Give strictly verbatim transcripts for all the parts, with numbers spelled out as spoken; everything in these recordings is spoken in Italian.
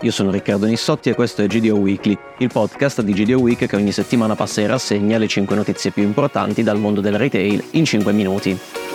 Io sono Riccardo Nissotti e questo è G D O Weekly, il podcast di G D O Week che ogni settimana passa in rassegna le cinque notizie più importanti dal mondo del retail in cinque minuti.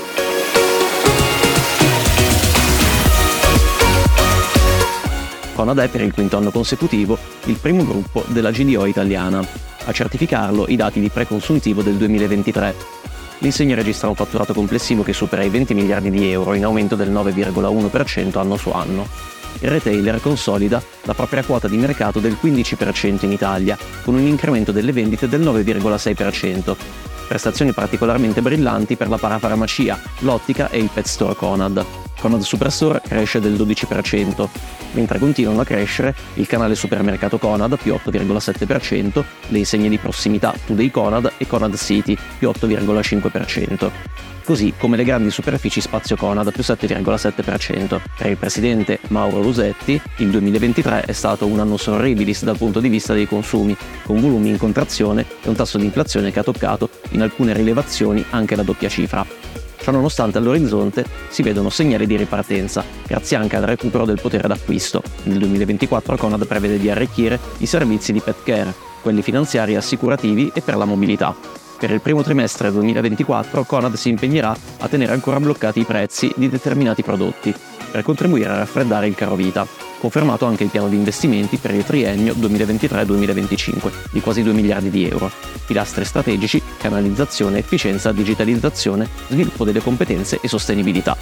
Conad è per il quinto anno consecutivo il primo gruppo della G D O italiana. A certificarlo i dati di preconsuntivo del duemilaventitré. L'insegna registra un fatturato complessivo che supera i venti miliardi di euro, in aumento del nove virgola uno per cento anno su anno. Il retailer consolida la propria quota di mercato del quindici per cento in Italia, con un incremento delle vendite del nove virgola sei per cento. Prestazioni particolarmente brillanti per la parafarmacia, l'ottica e il pet store Conad. Conad Superstore cresce del dodici per cento, mentre continuano a crescere il canale supermercato Conad più otto virgola sette per cento, le insegne di prossimità Today Conad e Conad City più otto virgola cinque per cento. Così come le grandi superfici Spazio Conad più sette virgola sette per cento. Per il presidente Mauro Lusetti, il duemilaventitré è stato un anno sorribilis dal punto di vista dei consumi, con volumi in contrazione e un tasso di inflazione che ha toccato in alcune rilevazioni anche la doppia cifra. Ciononostante all'orizzonte si vedono segnali di ripartenza, grazie anche al recupero del potere d'acquisto. Nel duemilaventiquattro Conad prevede di arricchire i servizi di pet care, quelli finanziari e assicurativi e per la mobilità. Per il primo trimestre duemilaventiquattro Conad si impegnerà a tenere ancora bloccati i prezzi di determinati prodotti, per contribuire a raffreddare il carovita. Confermato anche il piano di investimenti per il triennio duemilaventitré duemilaventicinque di quasi due miliardi di euro. Pilastri strategici, canalizzazione, efficienza, digitalizzazione, sviluppo delle competenze e sostenibilità.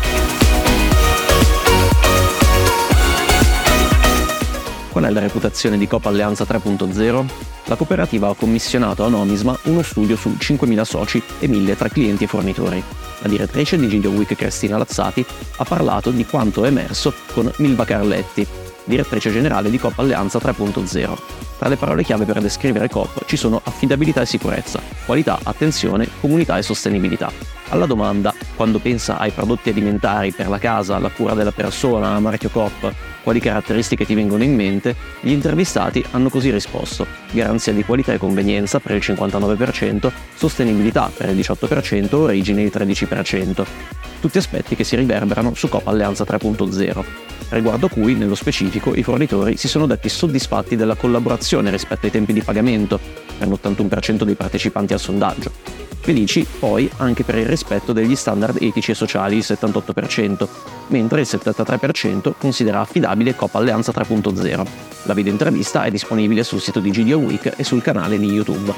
Qual è la reputazione di Coop Alleanza tre punto zero? La cooperativa ha commissionato a Nomisma uno studio su cinquemila soci e mille tra clienti e fornitori. La direttrice di G D O Week Cristina Lazzati ha parlato di quanto è emerso con Milva Carletti, direttrice generale di Coop Alleanza tre punto zero. Tra le parole chiave per descrivere Coop ci sono affidabilità e sicurezza, qualità, attenzione, comunità e sostenibilità. Alla domanda, quando pensa ai prodotti alimentari per la casa, la cura della persona, a marchio Coop, quali caratteristiche ti vengono in mente, gli intervistati hanno così risposto: garanzia di qualità e convenienza per il cinquantanove per cento, sostenibilità per il diciotto per cento, origine il tredici per cento. Tutti aspetti che si riverberano su Coop Alleanza tre punto zero, riguardo cui, nello specifico, i fornitori si sono detti soddisfatti della collaborazione rispetto ai tempi di pagamento, per l'ottantuno per cento dei partecipanti al sondaggio. Felici poi anche per il rispetto degli standard etici e sociali, il settantotto per cento, mentre il settantatré per cento considera affidabile Coop Alleanza tre punto zero. La video intervista è disponibile sul sito di G D O Week e sul canale di YouTube.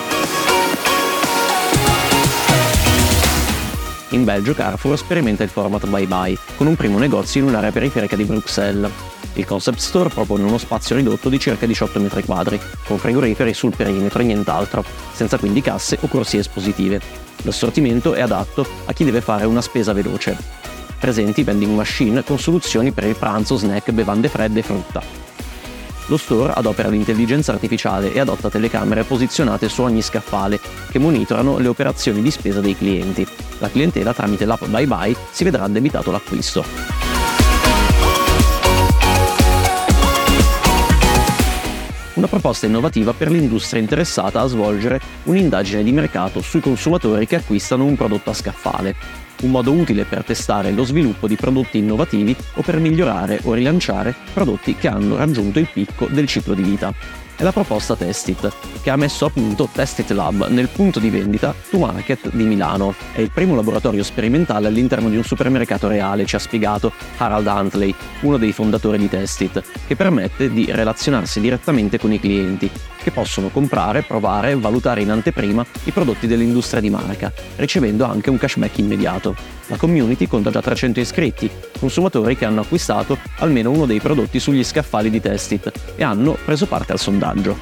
In Belgio Carrefour sperimenta il format Bye Bye, con un primo negozio in un'area periferica di Bruxelles. Il concept store propone uno spazio ridotto di circa diciotto metri quadri, con frigoriferi sul perimetro e nient'altro, senza quindi casse o corsie espositive. L'assortimento è adatto a chi deve fare una spesa veloce. Presenti vending machine con soluzioni per il pranzo, snack, bevande fredde e frutta. Lo store adopera l'intelligenza artificiale e adotta telecamere posizionate su ogni scaffale che monitorano le operazioni di spesa dei clienti. La clientela tramite l'app Bye Bye si vedrà addebitato l'acquisto. Una proposta innovativa per l'industria interessata a svolgere un'indagine di mercato sui consumatori che acquistano un prodotto a scaffale. Un modo utile per testare lo sviluppo di prodotti innovativi o per migliorare o rilanciare prodotti che hanno raggiunto il picco del ciclo di vita. È la proposta Testit, che ha messo a punto Testit Lab nel punto di vendita To Market di Milano. È il primo laboratorio sperimentale all'interno di un supermercato reale, ci ha spiegato Harald Huntley, uno dei fondatori di Testit, che permette di relazionarsi direttamente con i clienti, che possono comprare, provare e valutare in anteprima i prodotti dell'industria di marca, ricevendo anche un cashback immediato. La community conta già trecento iscritti, consumatori che hanno acquistato almeno uno dei prodotti sugli scaffali di Testit e hanno preso parte al sondaggio.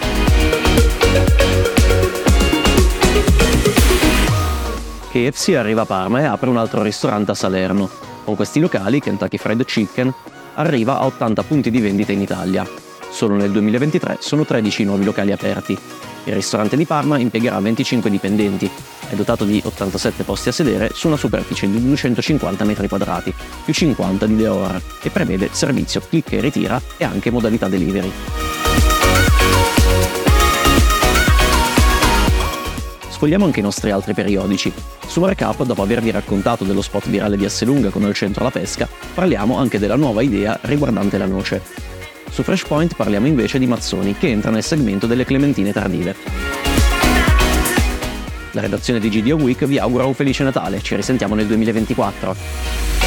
K F C arriva a Parma e apre un altro ristorante a Salerno. Con questi locali, Kentucky Fried Chicken arriva a ottanta punti di vendita in Italia. Solo nel duemilaventitré sono tredici i nuovi locali aperti. Il ristorante di Parma impiegherà venticinque dipendenti, è dotato di ottantasette posti a sedere su una superficie di duecentocinquanta metri quadrati, più cinquanta di Deor, e prevede servizio click e ritira e anche modalità delivery. Sfogliamo anche i nostri altri periodici. Su Recap, dopo avervi raccontato dello spot virale di Esselunga con al centro la pesca, parliamo anche della nuova idea riguardante la noce. Su Freshpoint parliamo invece di Mazzoni, che entra nel segmento delle clementine tardive. La redazione di G D O Week vi augura un felice Natale, ci risentiamo nel duemilaventiquattro.